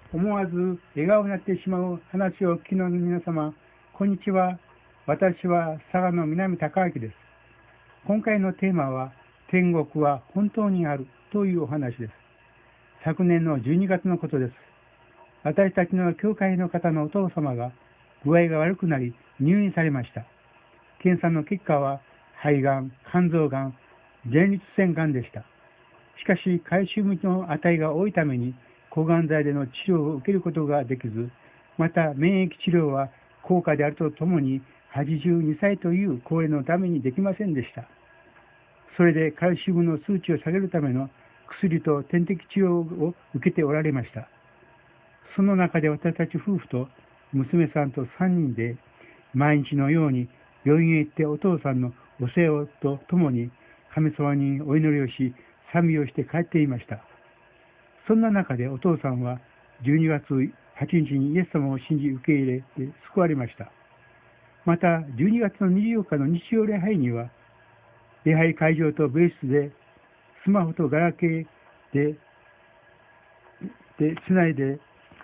思わず笑顔になってしまう話をお聞きの皆様、こんにちは。私は佐賀の南高明です。今回のテーマは、天国は本当にあるというお話です。昨年の12月のことです。私たちの教会の方のお父様が具合が悪くなり入院されました。検査の結果は肺がん、肝臓がん、前立腺がんでした。しかし、カルシウムの値が多いために抗がん剤での治療を受けることができず、また免疫治療は高価であるとともに82歳という高齢のためにできませんでした。それでカルシウムの数値を下げるための薬と点滴治療を受けておられました。その中で私たち夫婦と娘さんと3人で毎日のように病院へ行ってお父さんのお世話とともに神様にお祈りをし賛美をして帰っていました。そんな中でお父さんは12月8日にイエス様を信じ受け入れて救われました。また12月の24日の日曜礼拝には礼拝会場とベースでスマホとガラケーでつないで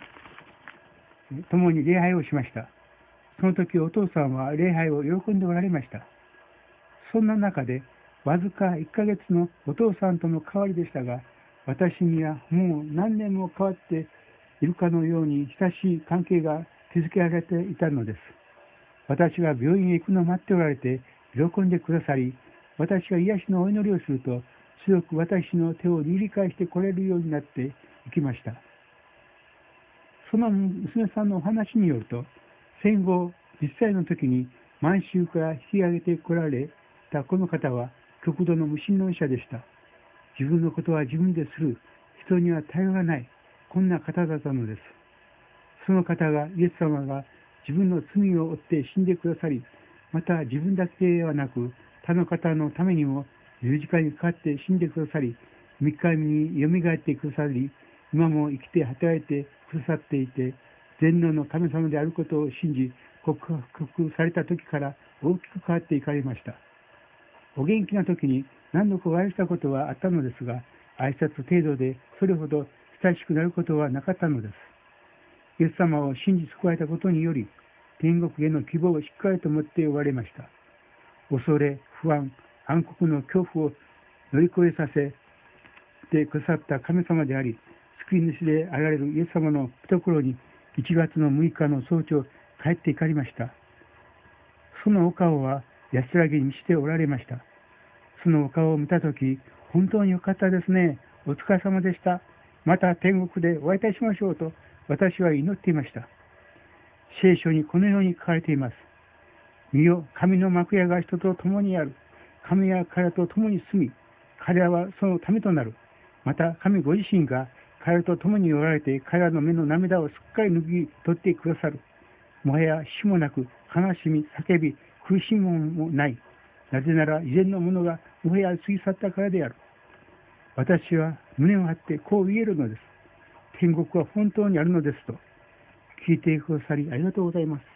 共に礼拝をしました。その時お父さんは礼拝を喜んでおられました。そんな中でわずか1ヶ月のお父さんとの変わりでしたが、私にはもう何年も変わっているかのように親しい関係が築けられていたのです。私が病院へ行くのを待っておられて喜んでくださり、私が癒しのお祈りをすると強く私の手を握り返してこれるようになっていきました。その娘さんのお話によると、戦後10歳の時に満州から引き上げてこられたこの方は極度の無神論者でした。自分のことは自分でする。人には頼らない。こんな方だったのです。その方がイエス様が自分の罪を負って死んでくださり、また自分だけではなく他の方のためにも十字架にかかって死んでくださり、3日目によみがえってくださり、今も生きて働いてくださっていて、全能の神様であることを信じ告白された時から大きく変わっていかれました。お元気な時に何度かお会いしたことはあったのですが、挨拶程度でそれほど親しくなることはなかったのです。イエス様を信じ救われたことにより、天国への希望をしっかりと持っておられました。恐れ、不安、暗黒の恐怖を乗り越えさせてくださった神様であり、救い主であられるイエス様の懐に1月の6日の早朝帰っていかれました。そのお顔は安らぎに満ちておられました。そのお顔を見たとき、本当によかったですね。お疲れ様でした。また天国でお会いいたしましょうと私は祈っていました。聖書にこのように書かれています。見よ、神の幕屋が人と共にある。神は彼らと共に住み、彼らはそのためとなる。また神ご自身が彼らと共におられて、彼らの目の涙をすっかり拭き取ってくださる。もはや死もなく、悲しみ、叫び、苦しみもない。なぜなら以前のものがもはや過ぎ去ったからである。私は胸を張ってこう言えるのです。天国は本当にあるのですと。聞いてくださりありがとうございます。